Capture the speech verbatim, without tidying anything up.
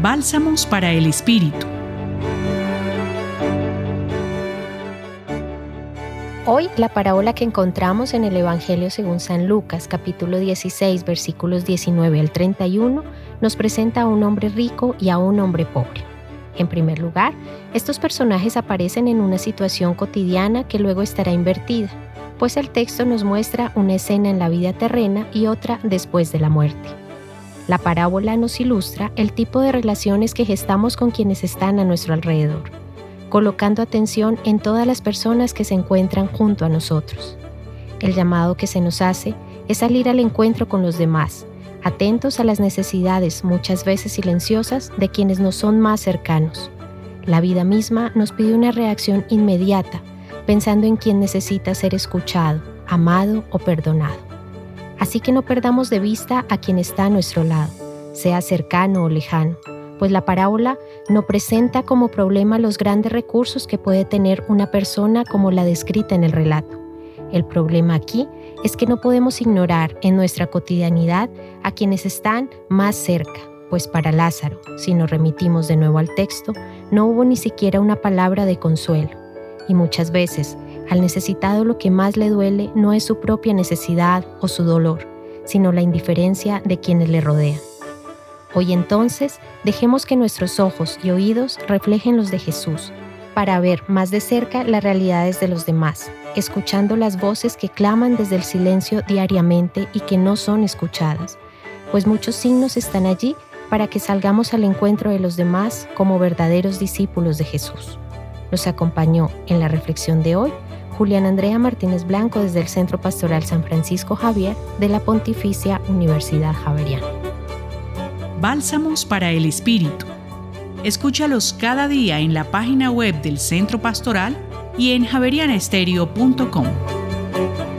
Bálsamos para el Espíritu. Hoy la parábola que encontramos en el Evangelio según San Lucas, capítulo dieciséis, versículos diecinueve al treinta y uno, nos presenta a un hombre rico y a un hombre pobre. En primer lugar, estos personajes aparecen en una situación cotidiana que luego estará invertida, pues el texto nos muestra una escena en la vida terrena y otra después de la muerte. La parábola nos ilustra el tipo de relaciones que gestamos con quienes están a nuestro alrededor, colocando atención en todas las personas que se encuentran junto a nosotros. El llamado que se nos hace es salir al encuentro con los demás, atentos a las necesidades muchas veces silenciosas de quienes nos son más cercanos. La vida misma nos pide una reacción inmediata, pensando en quien necesita ser escuchado, amado o perdonado. Así que no perdamos de vista a quien está a nuestro lado, sea cercano o lejano, pues la parábola no presenta como problema los grandes recursos que puede tener una persona como la descrita en el relato. El problema aquí es que no podemos ignorar en nuestra cotidianidad a quienes están más cerca, pues para Lázaro, si nos remitimos de nuevo al texto, no hubo ni siquiera una palabra de consuelo. Y muchas veces, al necesitado lo que más le duele no es su propia necesidad o su dolor, sino la indiferencia de quienes le rodean. Hoy entonces, dejemos que nuestros ojos y oídos reflejen los de Jesús, para ver más de cerca las realidades de los demás, escuchando las voces que claman desde el silencio diariamente y que no son escuchadas, pues muchos signos están allí para que salgamos al encuentro de los demás como verdaderos discípulos de Jesús. Nos acompañó en la reflexión de hoy Julián Andrea Martínez Blanco desde el Centro Pastoral San Francisco Javier de la Pontificia Universidad Javeriana. Bálsamos para el Espíritu. Escúchalos cada día en la página web del Centro Pastoral y en javeriana estéreo punto com.